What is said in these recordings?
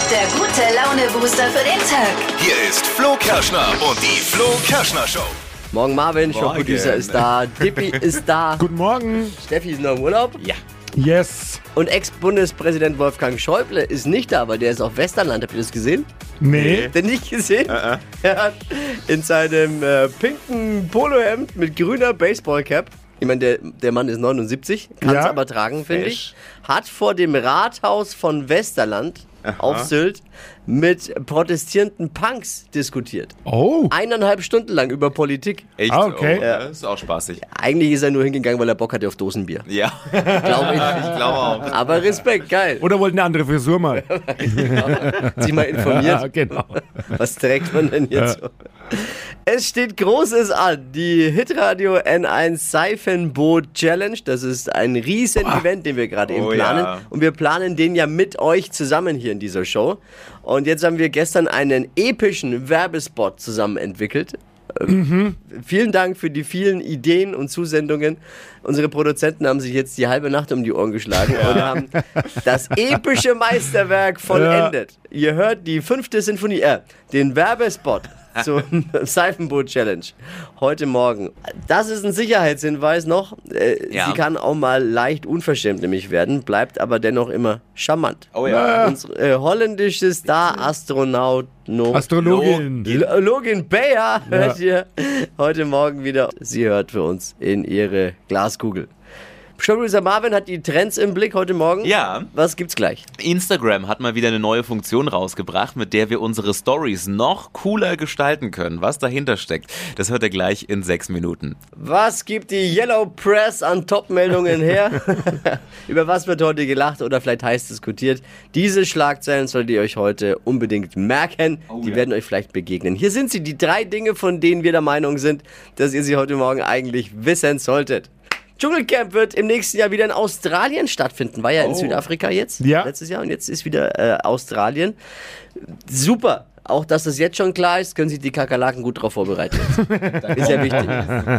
der gute Laune-Booster für den Tag. Hier ist Flo Kerschner und die Flo Kerschner Show. Morgen Marvin, Showproducer ist da, Dippi ist da, Guten Morgen. Steffi ist noch im Urlaub. Ja. Yes. Und Ex-Bundespräsident Wolfgang Schäuble ist nicht da, aber der ist auf Westernland. Habt ihr das gesehen? Nee. Habt ihr nicht gesehen? Er hat in seinem pinken Polohemd mit grüner Baseballcap, ich meine, der Mann ist 79, kann es Ja. aber tragen, finde ich, hat vor dem Rathaus von Westerland auf Sylt mit protestierenden Punks diskutiert. Oh. 1,5 Stunden lang über Politik. Echt? Ah, okay. Oh, das ist auch spaßig. Eigentlich ist er nur hingegangen, weil er Bock hatte auf Dosenbier. Ja, Glaube ich. ich glaube auch. Aber Respekt, geil. Oder wollten eine andere Frisur mal. Sich mal informiert. Ja, genau. Was trägt man denn jetzt so? Es steht Großes an. Die Hitradio N1 Seifenboot Challenge. Das ist ein riesen Event, den wir gerade eben planen. ja. Und wir planen den ja mit euch zusammen hier in dieser Show. Und jetzt haben wir gestern einen epischen Werbespot zusammen entwickelt. Vielen Dank für die vielen Ideen und Zusendungen. Unsere Produzenten haben sich jetzt die halbe Nacht um die Ohren geschlagen und haben das epische Meisterwerk vollendet. Ihr hört die 5. Sinfonie, den Werbespot zur Seifenboot Challenge heute Morgen. Das ist ein Sicherheitshinweis noch. Ja. Sie kann auch mal leicht unverschämt nämlich werden, bleibt aber dennoch immer charmant. Oh ja. Unsere holländische Star-Astronaut Astrologin. Login Bayer hört ihr heute Morgen wieder. Sie hört für uns in ihre Glaskugel. Showproducer Marvin hat die Trends im Blick heute Morgen. Ja. Was gibt's gleich? Instagram hat mal wieder eine neue Funktion rausgebracht, mit der wir unsere Stories noch cooler gestalten können. Was dahinter steckt, das hört ihr gleich in 6 Minuten. Was gibt die Yellow Press an Top-Meldungen her? Über was wird heute gelacht oder vielleicht heiß diskutiert? Diese Schlagzeilen solltet ihr euch heute unbedingt merken. Die werden euch vielleicht begegnen. Hier sind sie, die 3 Dinge, von denen wir der Meinung sind, dass ihr sie heute Morgen eigentlich wissen solltet. Dschungelcamp wird im nächsten Jahr wieder in Australien stattfinden. War ja in Südafrika jetzt, letztes Jahr, und jetzt ist wieder Australien. Super. Auch, dass das jetzt schon klar ist, können sich die Kakerlaken gut darauf vorbereiten. Ist ja wichtig.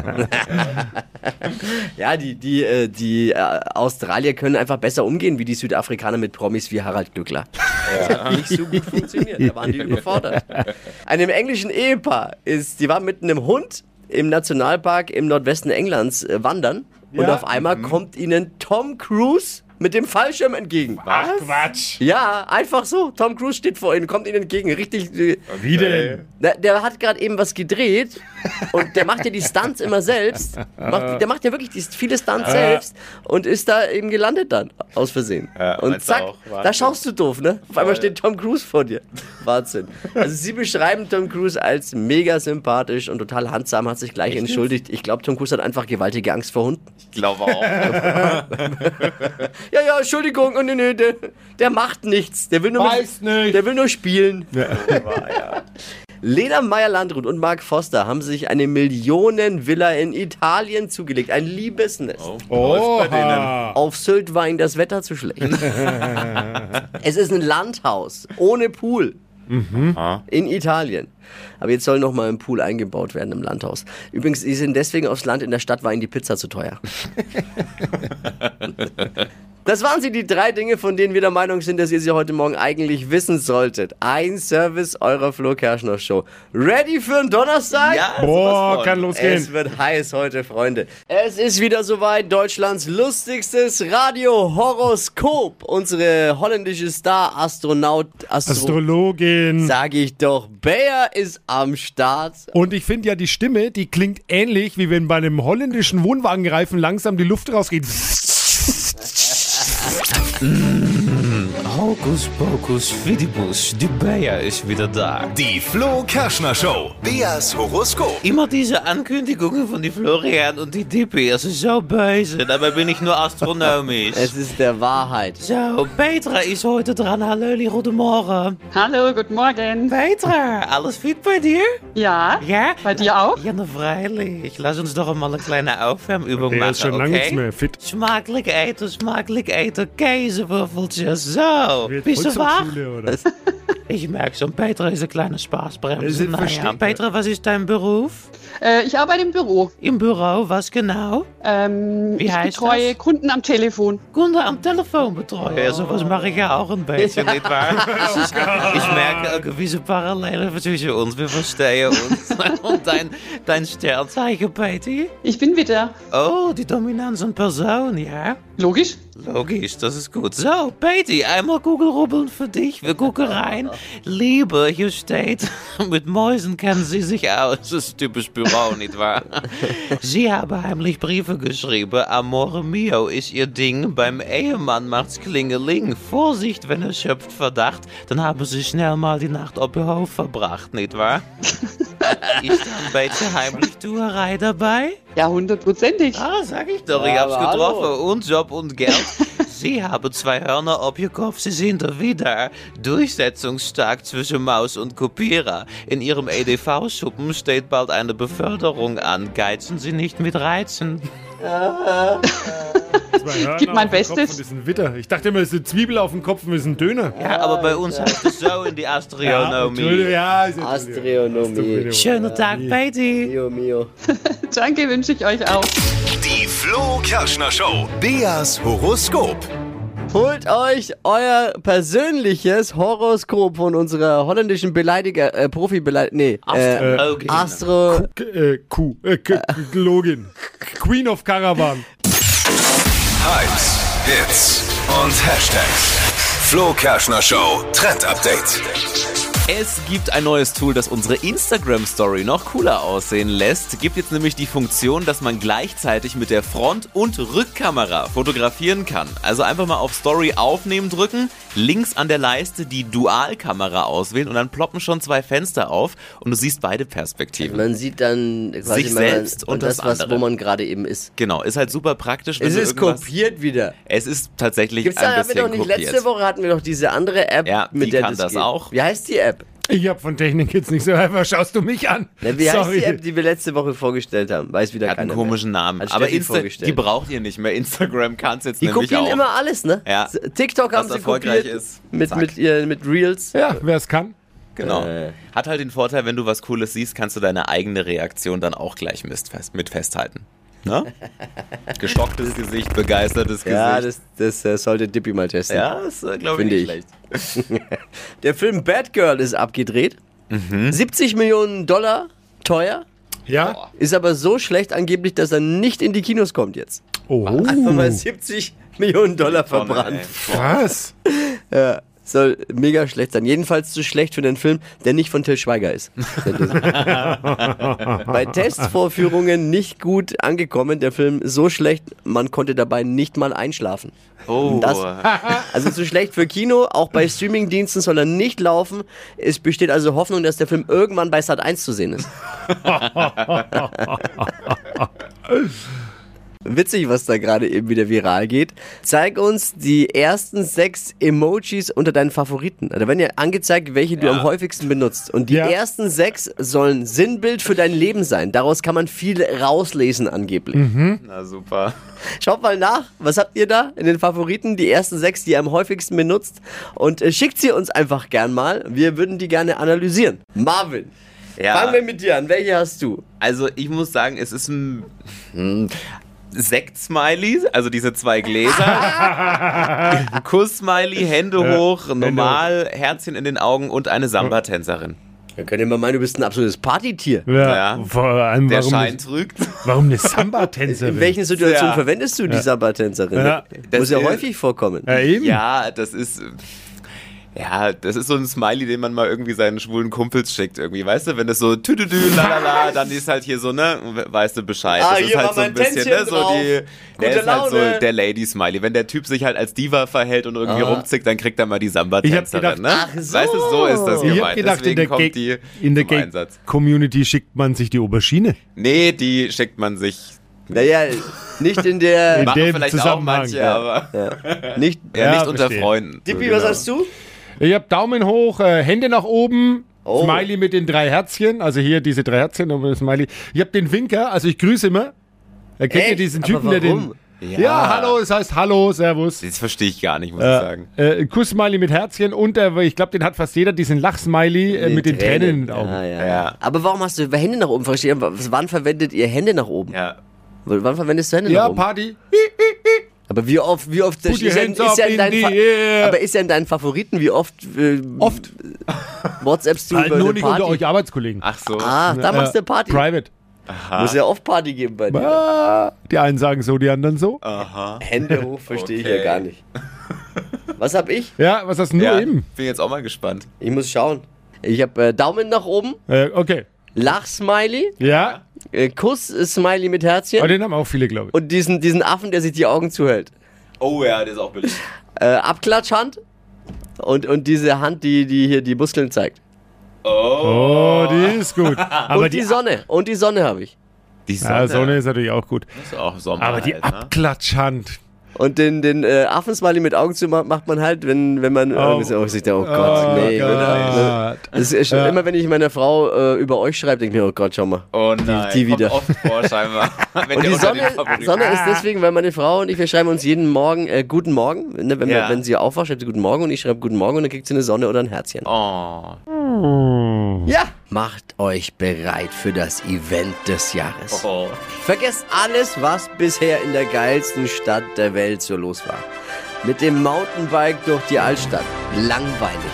Ja, die Australier können einfach besser umgehen wie die Südafrikaner mit Promis wie Harald Glückler. Das hat nicht so gut funktioniert, da waren die überfordert. Einem englischen Ehepaar die war mit einem Hund im Nationalpark im Nordwesten Englands wandern und auf einmal kommt ihnen Tom Cruise mit dem Fallschirm entgegen. Ach, Quatsch. Ja, einfach so. Tom Cruise steht vor ihnen, kommt ihnen entgegen. Richtig. Wie denn? Der hat gerade eben was gedreht und der macht ja die Stunts immer selbst. Der macht ja wirklich viele Stunts selbst und ist da eben gelandet dann, aus Versehen. Und meinst zack, du auch? Wahnsinn. da schaust du doof, ne? Auf einmal steht Tom Cruise vor dir. Wahnsinn. Also sie beschreiben Tom Cruise als mega sympathisch und total handsam, hat sich gleich entschuldigt. Ich glaube, Tom Cruise hat einfach gewaltige Angst vor Hunden. Ich glaube auch. Ja, Entschuldigung, oh, nee, der macht nichts. Der will nur, Nicht. der will nur spielen. Lena Meyer-Landrut und Mark Foster haben sich eine Millionenvilla in Italien zugelegt. Ein Liebesnest. Oha. Auf Sylt war ihnen das Wetter zu schlecht. Es ist ein Landhaus ohne Pool. In Italien. Aber jetzt soll noch mal ein Pool eingebaut werden im Landhaus. Übrigens, sie sind deswegen aufs Land, in der Stadt war ihnen die Pizza zu teuer. Das waren sie, die 3 Dinge, von denen wir der Meinung sind, dass ihr sie heute Morgen eigentlich wissen solltet. Ein Service eurer Flo Kerschner Show. Ready für einen Donnerstag? Ja, Boah, sowas von. kann losgehen. Es wird heiß heute, Freunde. Es ist wieder soweit, Deutschlands lustigstes Radio-Horoskop. Unsere holländische Astrologin. Sag ich doch, Bayer ist am Start. Und ich finde ja, die Stimme, die klingt ähnlich, wie wenn bei einem holländischen Wohnwagenreifen langsam die Luft rausgeht. Hokus Pokus Fidibus, die Bayer ist wieder da. Die Flo Kerschner Show. Beas Horoskop. Immer diese Ankündigungen von die Florian und die Dippi, es ist so böse, dabei bin ich nur astronomisch. Es ist der Wahrheit. So, Petra ist heute dran. Hallo, guten Morgen. Hallo, guten Morgen. Petra, alles fit bei dir? Ja, Ja? bei dir auch? Ja, na freilich. Lass uns doch mal eine kleine Aufwärmübung Der machen, ist schon lange nichts okay? mehr fit. Smakelijk eten, Käsewürfeltjes. So, Wird bist du wach? Volkshochschule, oder? Ich merke schon, Petra ist eine kleine Spaßbremse. Selbstverständlich. Petra, was ist dein Beruf? Ich arbeite im Büro. Im Büro, was genau? Ich heißt betreue das? Kunden am Telefon. Kunden am Telefon betreuen. Ja, sowas mache ich ja auch ein bisschen, nicht wahr? Ich merke eine gewisse Parallele zwischen uns. Wir verstehen uns. Und dein Sternzeichen, Betty? Ich bin wieder. Oh, die Dominanz in Person, ja? Logisch. Logisch, das ist gut. So, Betty, einmal Kugelrubbeln für dich. Wir gucken rein. Liebe, hier steht, mit Mäusen kennen Sie sich aus. Das ist typisch Büro, nicht wahr? Sie haben heimlich Briefe geschrieben. Amore mio ist Ihr Ding. Beim Ehemann macht's Klingeling. Vorsicht, wenn er schöpft Verdacht, dann haben Sie schnell mal die Nacht auf dem Hof verbracht, nicht wahr? Ist da ein bisschen heimlich Tuerei dabei? Ja, 100%ig. Ah, sag ich doch, Ja, ich hab's aber getroffen. hallo. Und Job und Geld. Sie haben 2 Hörner auf Ihr Kopf, Sie sind da wieder. Durchsetzungsstark zwischen Maus und Kopierer. In Ihrem EDV-Schuppen steht bald eine Beförderung an. Geizen Sie nicht mit Reizen. Gib mein Bestes. Das ist ein Witter. Ich dachte immer, es ist eine Zwiebel auf dem Kopf und es ist ein Döner. Ja, aber bei uns heißt es so in die Astronomie. Entschuldigung, ja, ist ja Astronomie. Schönen Tag, Betty. Mio, mio. Danke, wünsche ich euch auch. Die Flo Kerschner Show. Beas Horoskop. Holt euch euer persönliches Horoskop von unserer holländischen Astrologin. Login. Queen of Caravan. Hypes, Hits und Hashtags. Flo Kerschner Show Trend Update. Es gibt ein neues Tool, das unsere Instagram-Story noch cooler aussehen lässt. Gibt jetzt nämlich die Funktion, dass man gleichzeitig mit der Front- und Rückkamera fotografieren kann. Also einfach mal auf Story aufnehmen drücken, links an der Leiste die Dualkamera auswählen und dann ploppen schon 2 Fenster auf und du siehst beide Perspektiven. Man sieht dann quasi Sich mal selbst und das was, andere. wo man gerade eben ist. Genau, ist halt super praktisch. Wenn Es du ist irgendwas- kopiert wieder. Es ist tatsächlich Gibt's ein da, haben wir bisschen doch nicht, kopiert. letzte Woche hatten wir doch diese andere App, Ja, mit die der kann das geht. auch. Wie heißt die App? Ich hab von Technik jetzt nicht so einfach. Schaust du mich an? Na, wie heißt Sorry. die App, die wir letzte Woche vorgestellt haben? Weiß wieder Hat einen keiner komischen Namen. Hat Aber Steffi Insta vorgestellt. die braucht ihr nicht mehr. Instagram kann es jetzt Die nämlich kopieren auch. immer alles, ne? Ja. TikTok Was haben sie erfolgreich kopiert ist. mit Zack. mit Reels. Ja, wer es kann. Genau. Hat halt den Vorteil, wenn du was Cooles siehst, kannst du deine eigene Reaktion dann auch gleich mit festhalten. Ne? Gestocktes Gesicht, begeistertes Ja, Gesicht. das sollte Dippy mal testen. Ja, ist, glaube ich, Finde nicht ich. schlecht. Der Film Bad Girl ist abgedreht. 70 Millionen Dollar teuer. Ja. Ist aber so schlecht angeblich, dass er nicht in die Kinos kommt jetzt. Oh. Einfach mal 70 Millionen Dollar Tonne, verbrannt. ey. Was? Ja, soll mega schlecht sein. Jedenfalls zu schlecht für den Film, der nicht von Till Schweiger ist. Bei Testvorführungen nicht gut angekommen. Der Film so schlecht, man konnte dabei nicht mal einschlafen. Oh. Das, also zu schlecht für Kino, auch bei Streamingdiensten soll er nicht laufen. Es besteht also Hoffnung, dass der Film irgendwann bei Sat.1 zu sehen ist. Witzig, was da gerade eben wieder viral geht. Zeig uns die ersten 6 Emojis unter deinen Favoriten. Da werden ja angezeigt, welche du am häufigsten benutzt. Und die Ja. ersten 6 sollen Sinnbild für dein Leben sein. Daraus kann man viel rauslesen angeblich. Na super. Schaut mal nach, was habt ihr da in den Favoriten? Die ersten 6, die ihr am häufigsten benutzt. Und schickt sie uns einfach gern mal. Wir würden die gerne analysieren. Marvin, Ja. fangen wir mit dir an. Welche hast du? Also ich muss sagen, es ist ein Sekt-Smiley, also diese 2 Gläser, Kuss-Smiley, Hände hoch, normal, Herzchen in den Augen und eine Samba-Tänzerin. Da könnt ihr mal meinen, du bist ein absolutes Partytier. Ja. Vor allem, Der warum, Schein trügt. warum eine Samba-Tänzerin? In welchen Situationen Ja. verwendest du die Samba-Tänzerin? Ja. Muss ja Das ist- häufig vorkommen. Ja, eben. Ja, das ist so ein Smiley, den man mal irgendwie seinen schwulen Kumpels schickt irgendwie, weißt du, wenn das so tüdüdü, lalala, dann ist halt hier so, ne, weißt du Bescheid. Ah, das ist hier halt war so ein mein bisschen, Tänzchen ne, so drauf. der Gute ist halt so Laune. der Lady-Smiley. Wenn der Typ sich halt als Diva verhält und irgendwie rumzickt, dann kriegt er mal die Samba-Tänzerin, gedacht, ne? ach so. Weißt du, so ist das Ich hab gemeint. gedacht, in Deswegen der, kommt die zum Einsatz. Gay-Community schickt man sich die Aubergine. Nee, die schickt man sich. Naja, nicht in der... Machen dem vielleicht auch Zusammenhang, manche, ja. aber nicht, ja, nicht Ja, unter verstehe. Freunden. Dippi, So was genau. hast du? Ich hab Daumen hoch, Hände nach oben, Oh. Smiley mit den 3 Herzchen, also hier diese 3 Herzchen und Smiley. Ich hab den Winker, also ich grüße immer. Kennt ihr Echt? diesen Aber Typen, der warum? den... Ja, hallo, es heißt Hallo, Servus. Das verstehe ich gar nicht, muss ich sagen. Kuss-Smiley mit Herzchen und ich glaube, den hat fast jeder, diesen Lach-Smiley mit den Tränen in den Augen. Ja, ja. Ja. Aber warum hast du Hände nach oben? Verstehe, wann verwendet ihr Hände nach oben? Ja. Wann verwendest du Hände nach Ja, oben? Party. Aber wie oft Put your hands up in the air. aber ist ja in deinen Favoriten, wie oft, Oft. WhatsAppst du Halt über nur eine nicht Party? unter euch Arbeitskollegen. Ach so. Da machst du Party. Private. Muss ja oft Party geben bei dir. Die einen sagen so, die anderen so. Hände hoch, verstehe ich ja Okay. gar nicht. Was hab ich? Ja, was hast du nur eben? Bin jetzt auch mal gespannt. Ich muss schauen. Ich habe Daumen nach oben, Okay. Lach-Smiley, Ja, Kuss-Smiley mit Herzchen aber den haben auch viele, glaube ich. und diesen Affen, der sich die Augen zuhält. Oh ja, der ist auch beliebt. Abklatschhand und diese Hand, die hier die Muskeln zeigt. Oh, die ist gut. Aber Und die Sonne. Und die Sonne habe ich. Die Ja, Sonne ist natürlich auch gut. ist auch Sommer. Aber die halt, ne? Abklatschhand. Und den Affensmiley mit Augen zu macht man halt, wenn man oh Gott, nee. Gott. Das ist schon immer, wenn ich meiner Frau über euch schreibe, denke ich mir, oh Gott, schau mal. Oh nein, die wieder. kommt oft vor scheinbar. Wenn Und der die unter den Sonne Favoriten- ist deswegen, weil meine Frau und ich, wir schreiben uns jeden Morgen Guten Morgen. Ne, wenn sie aufwacht, schreibt sie Guten Morgen und ich schreibe Guten Morgen und dann kriegt sie eine Sonne oder ein Herzchen. Oh. Ja, macht euch bereit für das Event des Jahres. Oh. Vergesst alles, was bisher in der geilsten Stadt der Welt so los war. Mit dem Mountainbike durch die Altstadt. Langweilig.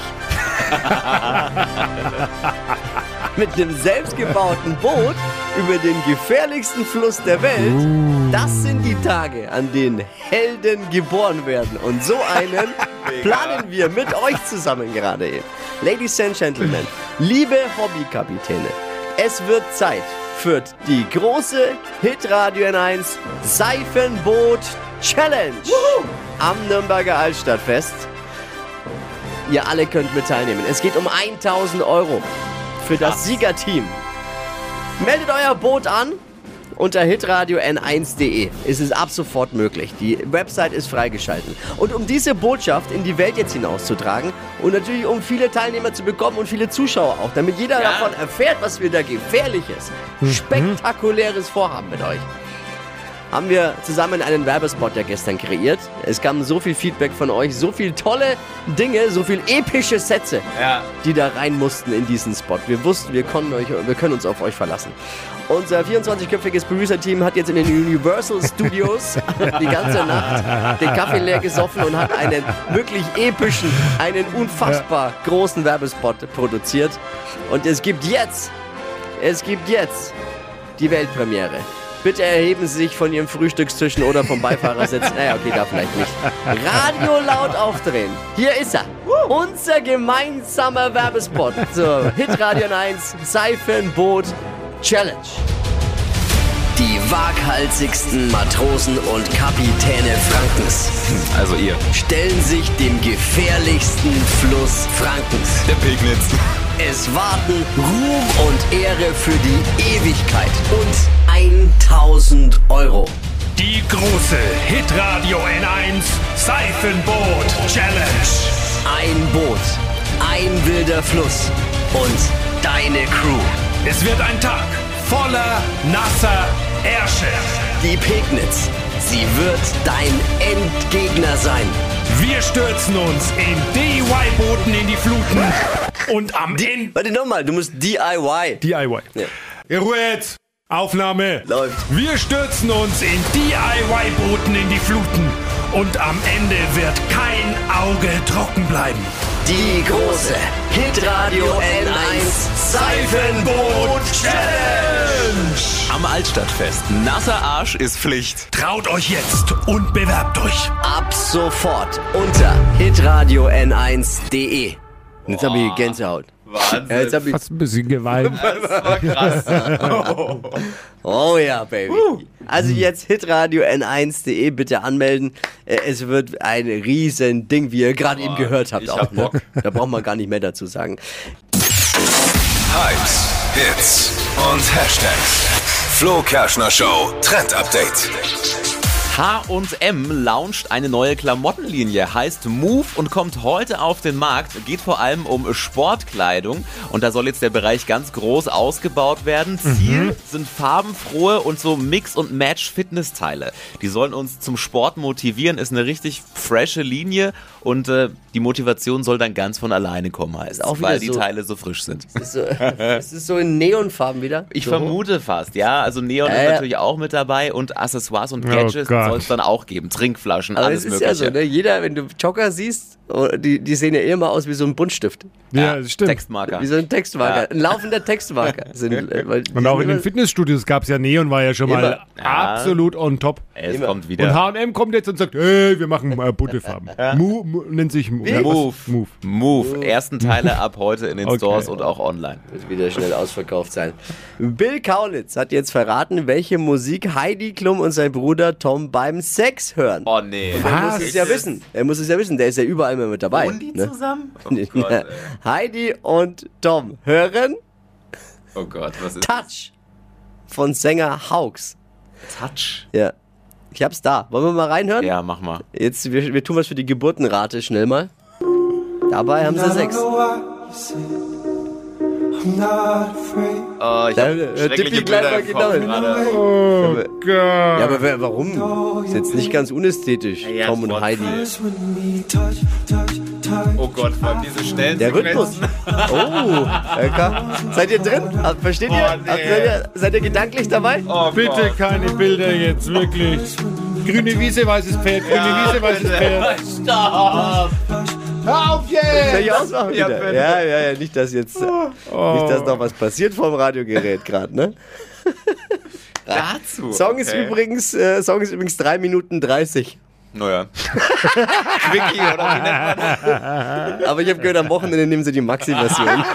Mit einem selbstgebauten Boot über den gefährlichsten Fluss der Welt. Das sind die Tage, an denen Helden geboren werden. Und so einen planen wir mit euch zusammen gerade eben. Ladies and Gentlemen, liebe Hobbykapitäne, es wird Zeit für die große Hitradio N1 Seifenboot Challenge am Nürnberger Altstadtfest. Ihr alle könnt mit teilnehmen. Es geht um 1.000 Euro für das Siegerteam. Meldet euer Boot an unter hitradio n1.de. Es ist ab sofort möglich. Die Website ist freigeschalten. Und um diese Botschaft in die Welt jetzt hinauszutragen und natürlich um viele Teilnehmer zu bekommen und viele Zuschauer auch, damit jeder davon erfährt, was wir da Gefährliches, Spektakuläres vorhaben mit euch, haben wir zusammen einen Werbespot ja gestern kreiert. Es kam so viel Feedback von euch, so viele tolle Dinge, so viele epische Sätze, die da rein mussten in diesen Spot. Wir wussten, wir können uns auf euch verlassen. Unser 24-köpfiges Producer-Team hat jetzt in den Universal Studios die ganze Nacht den Kaffee leer gesoffen und hat einen wirklich epischen, einen unfassbar großen Werbespot produziert. Und es gibt jetzt die Weltpremiere. Bitte erheben Sie sich von Ihrem Frühstückstischen oder vom Beifahrersitz. Naja, okay, da vielleicht nicht. Radio laut aufdrehen. Hier ist er. Unser gemeinsamer Werbespot zur Hitradio 1 Seifenboot Challenge. Die waghalsigsten Matrosen und Kapitäne Frankens Also ihr. stellen sich dem gefährlichsten Fluss Frankens. Der Pegnitz. Es warten Ruhm und Ehre für die Ewigkeit und 1.000 Euro. Die große Hitradio N1 Seifenboot Challenge. Ein Boot, ein wilder Fluss und deine Crew. Es wird ein Tag voller nasser Ärsche. Die Pegnitz, sie wird dein Endgegner sein. Wir stürzen uns in DIY-Booten in die Fluten. Und am Ende... Warte nochmal, du musst DIY. DIY. Ja. Ruhe jetzt. Aufnahme. Läuft. Wir stürzen uns in DIY-Booten in die Fluten. Und am Ende wird kein Auge trocken bleiben. Die große Hitradio N1 Seifenboot Challenge. Am Altstadtfest. Nasser Arsch ist Pflicht. Traut euch jetzt und bewerbt euch. Ab sofort unter hitradio n1.de. Jetzt habe ich Gänsehaut. Wahnsinn. Ja, jetzt hab ich Fast ein bisschen geweint. Das war krass. Oh ja, Baby. Also jetzt hitradio n1.de bitte anmelden. Es wird ein riesen Ding, wie ihr gerade eben gehört habt. ich Auch, hab ne? Bock. Da braucht man gar nicht mehr dazu sagen. Hypes, Hits und Hashtags. Flo Kerschner Show Trend Update. H&M launcht eine neue Klamottenlinie, heißt Move und kommt heute auf den Markt. Geht vor allem um Sportkleidung und da soll jetzt der Bereich ganz groß ausgebaut werden. Ziel sind farbenfrohe und so Mix- und Match-Fitnessteile. Die sollen uns zum Sport motivieren, ist eine richtig frische Linie und die Motivation soll dann ganz von alleine kommen, heißt auch wieder weil die so- Teile so frisch sind. Es ist so in Neonfarben wieder. Ich so. vermute fast, ja. Also Neon ist natürlich auch mit dabei und Accessoires und Gadgets Gott. soll es dann auch geben. Trinkflaschen, Aber alles es ist Mögliche. ja so, ne? Jeder, wenn du Jogger siehst, die sehen ja immer aus wie so ein Buntstift. Ja, das stimmt. Textmarker. Wie so ein Textmarker. Ja. Ein laufender Textmarker. Und auch in den Fitnessstudios gab es ja Neon, war ja schon mal absolut on top. Es Immer. kommt Und wieder. H&M kommt jetzt und sagt, hey, wir machen bunte Farben. Nennt sich Move. Move. Move. Ersten Teile ab heute in den Okay. Stores und auch online. Wird wieder schnell ausverkauft sein. Bill Kaulitz hat jetzt verraten, welche Musik Heidi Klum und sein Bruder Tom beim Sex hören. Oh nee. Er muss es ja wissen. Er muss es ja wissen. Der ist ja überall immer mit dabei. Und die ne? zusammen? Oh Gott, ey. Heidi und Tom hören Oh Gott, was ist Touch von Sänger Haux. Touch? Ja. Ich hab's da. Wollen wir mal reinhören? Ja, mach mal. Jetzt, wir tun was für die Geburtenrate schnell mal. Dabei haben sie 6. Oh, ich Da, hab schreckliche Tippi gleich Bilder mal im Kopf gedammelt. gerade. Oh Gott. Ja, aber warum? Ist jetzt nicht ganz unästhetisch, Ja, Tom und trotzdem. Heidi. Oh Gott, vor allem diese schnellen Der Rhythmus. Oh, Öcker. Seid ihr drin? Versteht ihr? nee. Seid ihr gedanklich dabei? Oh Bitte keine Bilder jetzt, wirklich. Grüne Wiese, weißes Pferd, grüne Wiese, weißes Pferd. Stopp! Hör auf Soll jetzt! ich ausmachen Ja, wieder? bitte. Ja, nicht, dass jetzt nicht, dass noch was passiert vom Radiogerät gerade, ne? Dazu. Song ist übrigens 3 Minuten 30. Naja. Quickie, oder wie nennt man das? Aber ich habe gehört, am Wochenende nehmen sie die Maxi-Version.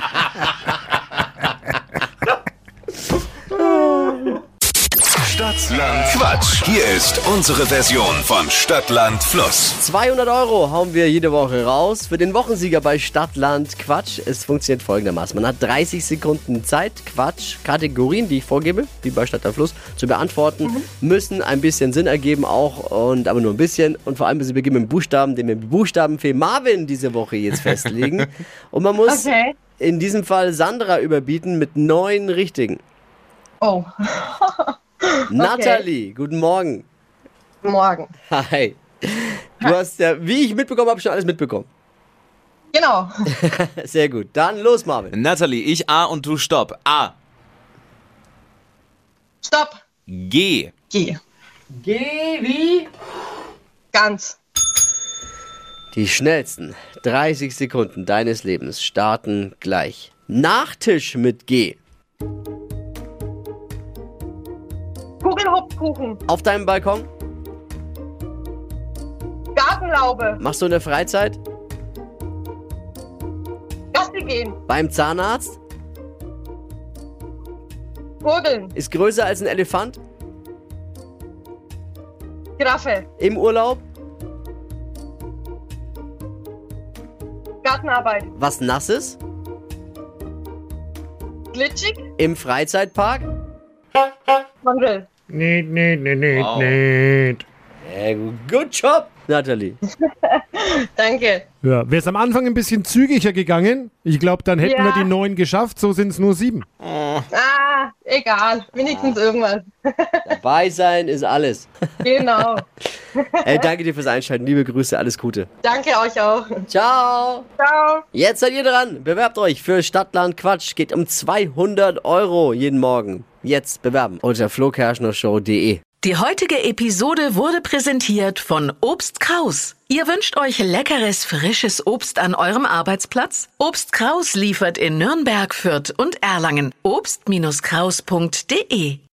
Stadtland Quatsch. Hier ist unsere Version von Stadtland Fluss. 200 € hauen wir jede Woche raus für den Wochensieger bei Stadtland Quatsch. Es funktioniert folgendermaßen. Man hat 30 Sekunden Zeit, Quatsch-Kategorien, die ich vorgebe, wie bei Stadtland Fluss, zu beantworten, müssen ein bisschen Sinn ergeben auch, aber nur ein bisschen. Und vor allem müssen wir beginnen mit Buchstaben, den wir mit Buchstabenfee Marvin diese Woche jetzt festlegen. Und man muss in diesem Fall Sandra überbieten mit 9 richtigen. Oh, Nathalie, guten Morgen. morgen. Hi. Du hast ja, wie ich mitbekommen habe, schon alles mitbekommen. Genau. Sehr gut. Dann los, Marvin. Nathalie, ich A und du Stopp. A. Stopp. G. Geh. Geh wie? Ganz. Die schnellsten 30 Sekunden deines Lebens starten gleich. Nachtisch mit G. Kugelhupfkuchen. Auf deinem Balkon? Gartenlaube. Machst du in der Freizeit? Gassi gehen. Beim Zahnarzt? Gurgeln. Ist größer als ein Elefant? Giraffe. Im Urlaub? Gartenarbeit. Was Nasses? Glitschig. Im Freizeitpark? Mandel. Nicht. Good job, Nathalie. Danke. Ja, wäre es am Anfang ein bisschen zügiger gegangen, ich glaube, dann hätten wir Ja. die 9 geschafft, so sind es nur 7. Ah, egal. Wenigstens irgendwas. Dabei sein ist alles. Genau. Danke dir fürs Einschalten. Liebe Grüße, alles Gute. Danke euch auch. Ciao. Ciao. Jetzt seid ihr dran. Bewerbt euch für Stadtland Quatsch. Geht um 200 € jeden Morgen. Jetzt bewerben unter flokerschnershow.de. Die heutige Episode wurde präsentiert von Obst Kraus. Ihr wünscht euch leckeres, frisches Obst an eurem Arbeitsplatz? Obst Kraus liefert in Nürnberg, Fürth und Erlangen. Obst-Kraus.de